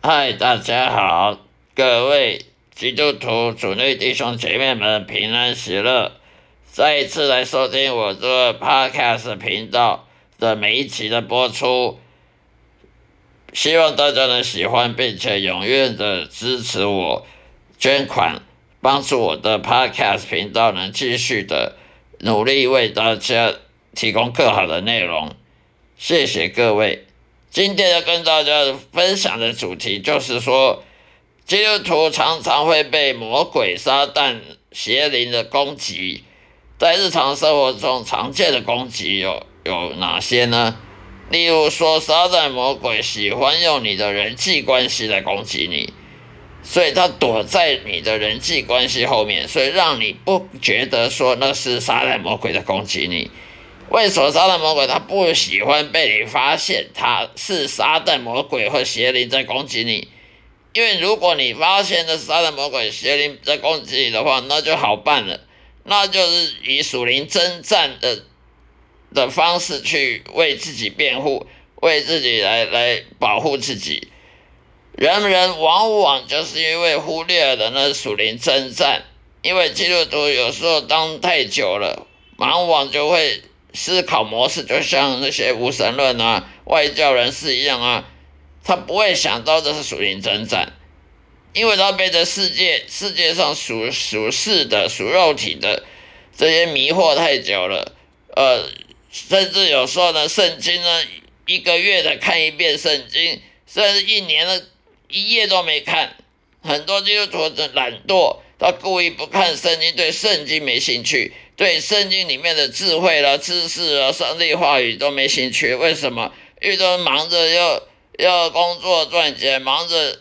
嗨，大家好，各位基督徒主内弟兄姐妹们平安喜乐！再一次来收听我这 Podcast 频道的每一期的播出，希望大家能喜欢，并且踊跃的支持我捐款，帮助我的 Podcast 频道能继续的努力为大家提供更好的内容。谢谢各位。今天要跟大家分享的主题就是说，基督徒常常会被魔鬼、撒旦、邪灵的攻击。在日常生活中常见的攻击有哪些呢？例如说，撒旦魔鬼喜欢用你的人际关系来攻击你，所以他躲在你的人际关系后面，所以让你不觉得说那是撒旦魔鬼在攻击你。为什么撒旦魔鬼他不喜欢被你发现他是撒旦魔鬼或邪灵在攻击你？因为如果你发现的是撒旦魔鬼邪灵在攻击你的话，那就好办了，那就是以属灵征战的方式去为自己辩护，为自己来保护自己。人往往就是因为忽略了那属灵征战，因为基督徒有时候当太久了，往往就会思考模式就像那些无神论啊、外教人士一样啊，他不会想到这是属灵征战，因为他被这世界上属世的、属肉体的这些迷惑太久了，甚至有时候呢，圣经呢1个月才看一遍圣经，甚至1年呢1页都没看。很多基督徒的懒惰，他故意不看圣经，对圣经没兴趣。对圣经里面的智慧啦、知识啦、上帝话语都没兴趣，为什么？因为都忙着要工作赚钱，忙着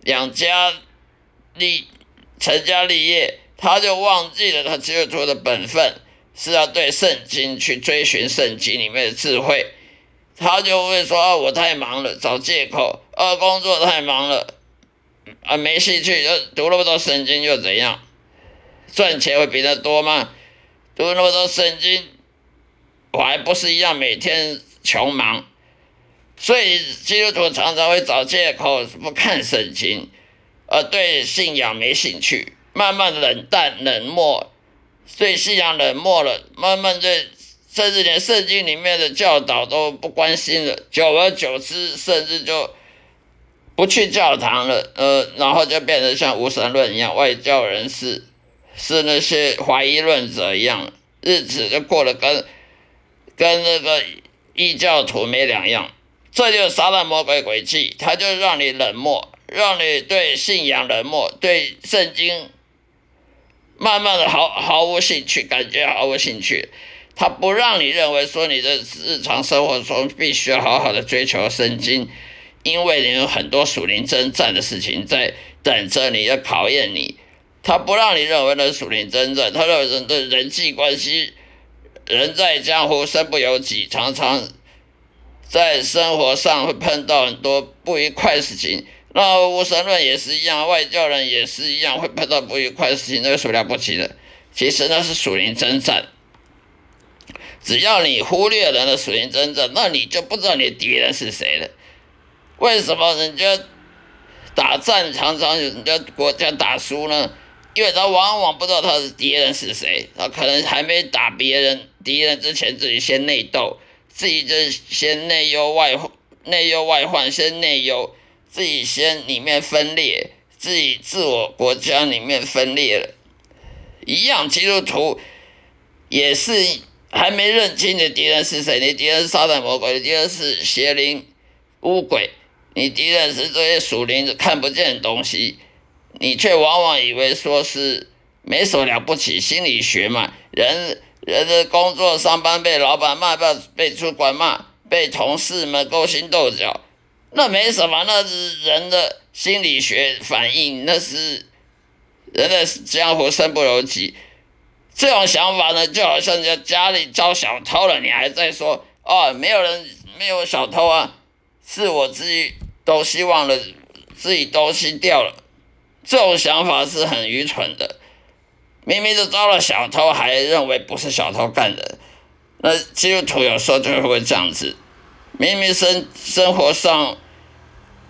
成家立业，他就忘记了他基督徒的本分是要对圣经去追寻圣经里面的智慧，他就会说我太忙了，找借口，工作太忙了，没兴趣，就读那么多圣经又怎样？赚钱会比他多吗？读那么多圣经，我还不是一样每天穷忙？所以基督徒常常会找借口不看圣经，对信仰没兴趣，慢慢冷淡冷漠，对信仰冷漠了，慢慢甚至连圣经里面的教导都不关心了，久而久之，甚至就不去教堂了，然后就变成像无神论一样，外教人士。是那些怀疑论者一样，日子就过得跟那个异教徒没两样。这就是撒旦魔鬼诡计，他就让你冷漠，让你对信仰冷漠，对圣经慢慢的毫无兴趣，感觉毫无兴趣。他不让你认为说你的日常生活中必须要好好的追求圣经，因为你有很多属灵征战的事情在等着你，要考验你。他不让你认为那是属灵征战，他认为的人际关系，人在江湖身不由己，常常在生活上会碰到很多不愉快的事情。那无神论也是一样，外教人也是一样，会碰到不愉快的事情，那有什么了不起的？其实那是属灵征战。只要你忽略了那属灵征战，那你就不知道你的敌人是谁了。为什么人家打战常常人家国家打输呢？因为他往往不知道他的敌人是谁，他可能还没打敌人之前，自己先内斗，自己就先内忧外患，先内忧，自己先里面分裂，自我国家里面分裂了。一样，基督徒也是还没认清你的敌人是谁，你敌人是撒旦魔鬼，你敌人是邪灵污鬼，你敌人是这些属灵看不见的东西。你却往往以为说是没什么了不起，心理学嘛，人的工作上班被老板骂，被主管骂，被同事们勾心斗角，那没什么，那是人的心理学反应，那是人的江湖身不由己。这种想法呢，就好像在家里遭小偷了，你还在说没有小偷啊，是我自己都希望了，自己东西掉了。这种想法是很愚蠢的，明明就遭了小偷，还认为不是小偷干的。那基督徒有时候就会这样子，明明生活上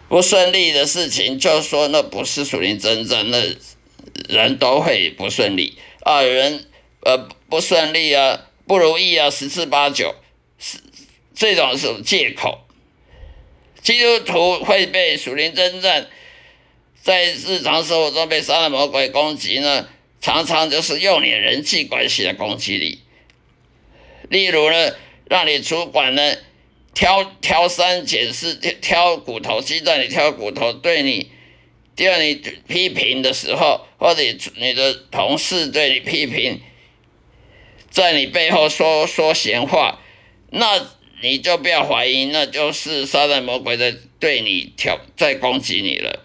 不顺利的事情，就说那不是属灵征战，那人都会不顺利啊，人不顺利啊，不如意啊，十之八九，这种是借口。基督徒会被属灵征战，在日常生活中被撒旦魔鬼攻击呢，常常就是用你的人际关系来攻击你。例如呢，让你主管呢挑三拣四，挑骨头，鸡蛋里挑骨头，对你批评的时候，或者你的同事对你批评，在你背后说闲话，那你就不要怀疑，那就是撒旦魔鬼在攻击你了。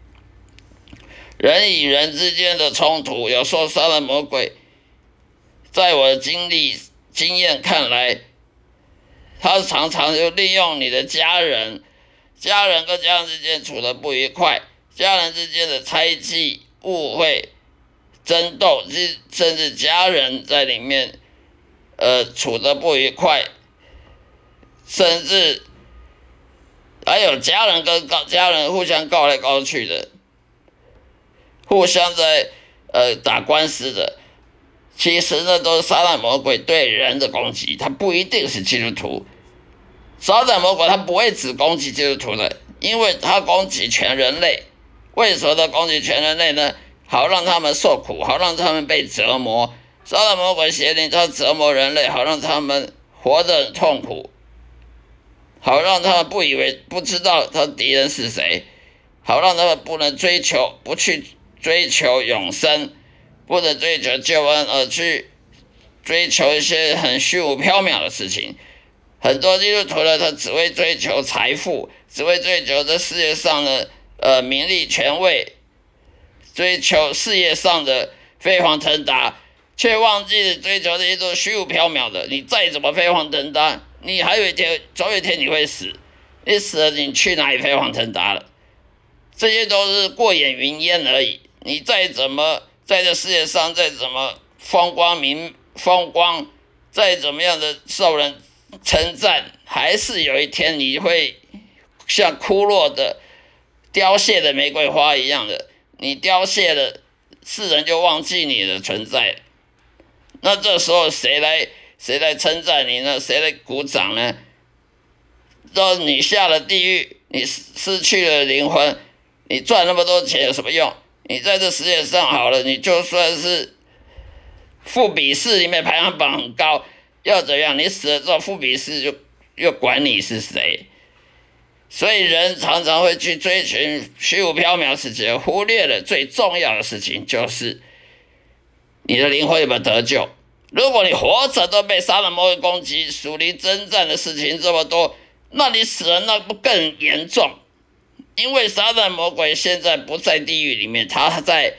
人与人之间的冲突，有时候撒旦魔鬼，在我的经验看来，他常常就利用你的家人跟家人之间处得不愉快，家人之间的猜忌、误会、争斗，甚至家人在里面处得不愉快，甚至还有家人跟家人互相告来告去的，互相在打官司的，其实那都是撒旦魔鬼对人的攻击，他不一定是基督徒。撒旦魔鬼他不会只攻击基督徒的，因为他攻击全人类。为什么他攻击全人类呢？好让他们受苦，好让他们被折磨。撒旦魔鬼邪灵他折磨人类，好让他们活得很痛苦，好让他们不知道他敌人是谁，好让他们不去追求永生，不能追求救恩，而去追求一些很虚无缥缈的事情。很多基督徒呢，他只会追求财富，只会追求这世界上的名利权位，追求事业上的飞黄腾达，却忘记追求这些都虚无缥缈的。你再怎么飞黄腾达，你总有一天你会死，你死了你去哪里飞黄腾达了？这些都是过眼云烟而已。你再怎么在这世界上再怎么风光，再怎么样的受人称赞，还是有一天你会像枯落的凋谢的玫瑰花一样的，你凋谢了，世人就忘记你的存在。那这时候谁来称赞你呢？谁来鼓掌呢？到你下了地狱，你失去了灵魂，你赚那么多钱有什么用？你在这世界上好了，你就算是富比士里面排行榜很高，要怎样？你死了之后，富比士就又管你是谁。所以人常常会去追寻虚无缥缈的事情，忽略了最重要的事情，就是你的灵魂有没有得救。如果你活着都被撒旦魔鬼攻击，属灵征战的事情这么多，那你死了那不更严重？因为撒旦魔鬼现在不在地狱里面，他在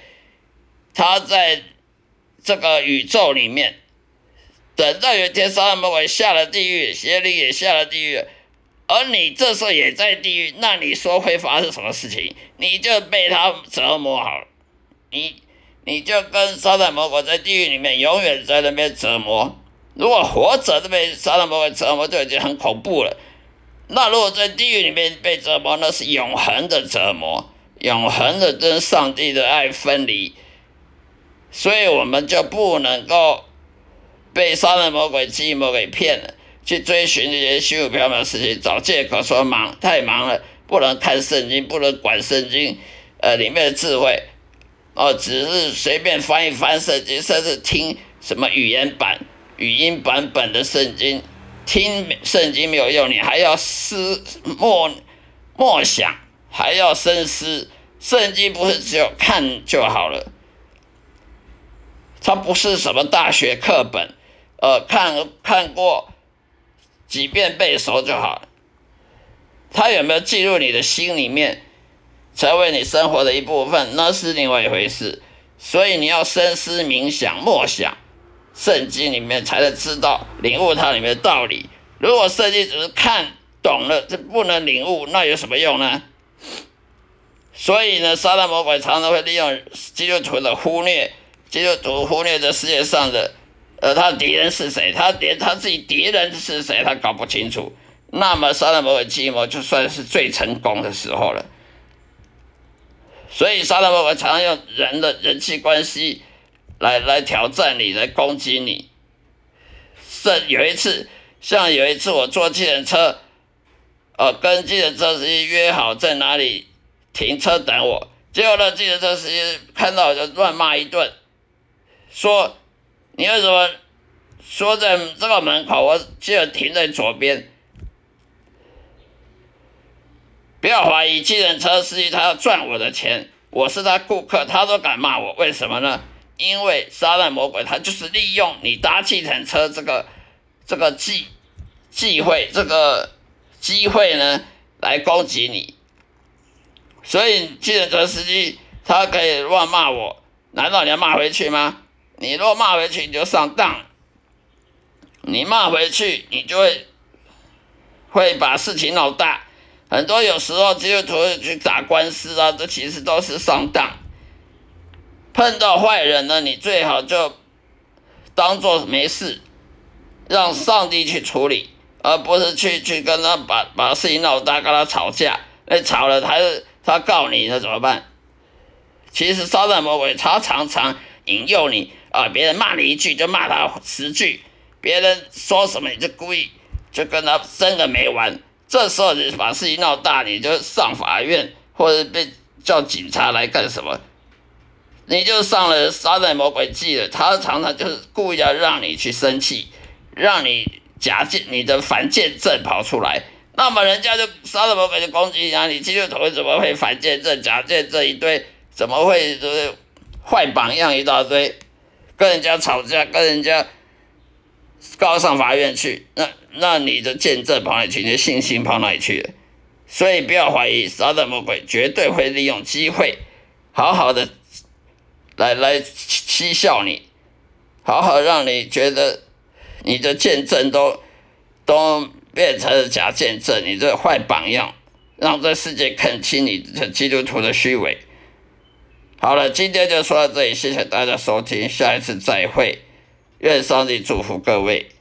这个宇宙里面。等到有一天撒旦魔鬼下了地狱，邪灵也下了地狱，而你这时候也在地狱，那你说会发生什么事情？你就被他折磨好了，你就跟撒旦魔鬼在地狱里面永远在那边折磨。如果活着都被撒旦魔鬼折磨，就已经很恐怖了。那如果在地狱里面被折磨，那是永恒的折磨，永恒的跟上帝的爱分离。所以我们就不能够被撒旦魔鬼计谋给骗了，去追寻这些虚无缥缈的事情，找借口说太忙了，不能看圣经，不能管圣经里面的智慧，只是随便翻一翻圣经，甚至听什么语音版本的圣经，听圣经没有用，你还要默想，还要深思。圣经不是只有看就好了，它不是什么大学课本，看过几遍背熟就好了。它有没有进入你的心里面，成为你生活的一部分，那是另外一回事。所以你要深思冥想、默想圣经里面，才能知道领悟它里面的道理。如果圣经只是看懂了，这不能领悟，那有什么用呢？所以呢，撒旦魔鬼常常会利用基督徒忽略这世界上的他的敌人是谁，他连他自己敌人是谁他搞不清楚。 那么撒旦魔鬼计谋就算是最成功的时候了。所以撒旦魔鬼常常用人的人际关系来挑战你，来攻击你。有一次我坐计程车，跟计程车司机约好在哪里停车等我，结果呢，计程车司机看到我就乱骂一顿，说你为什么说在这个门口，我记得停在左边。不要怀疑计程车司机他要赚我的钱，我是他顾客，他都敢骂我，为什么呢？因为撒旦魔鬼他就是利用你搭计程车这个机会呢来攻击你。所以计程车司机他可以乱骂我，难道你要骂回去吗？你若骂回去你就上当，你骂回去你就会把事情闹大。很多有时候基督徒去打官司啊，这其实都是上当。碰到坏人呢，你最好就当作没事，让上帝去处理，而不是去跟他把事情闹大，跟他吵架。吵了他告你，那怎么办？其实撒旦魔鬼他常常引诱你别人骂你一句就骂他10句，别人说什么你就故意就跟他争个没完。这时候你把事情闹大，你就上法院或者被叫警察来干什么？你就上了撒旦魔鬼计了。他常常就是故意要让你去生气，让你你的反见证跑出来。那么人家就撒旦魔鬼就攻击你基督徒怎么会反见证、假见证一堆？怎么会就是坏榜样一大堆？跟人家吵架，跟人家告上法院去，那你的见证跑哪里去？你的信心跑哪里去了？所以不要怀疑，撒旦魔鬼绝对会利用机会，好好的来嬉笑你，好好让你觉得你的见证都变成了假见证，你这坏榜样，让这世界看清你这基督徒的虚伪。好了，今天就说到这里，谢谢大家收听，下一次再会，愿上帝祝福各位。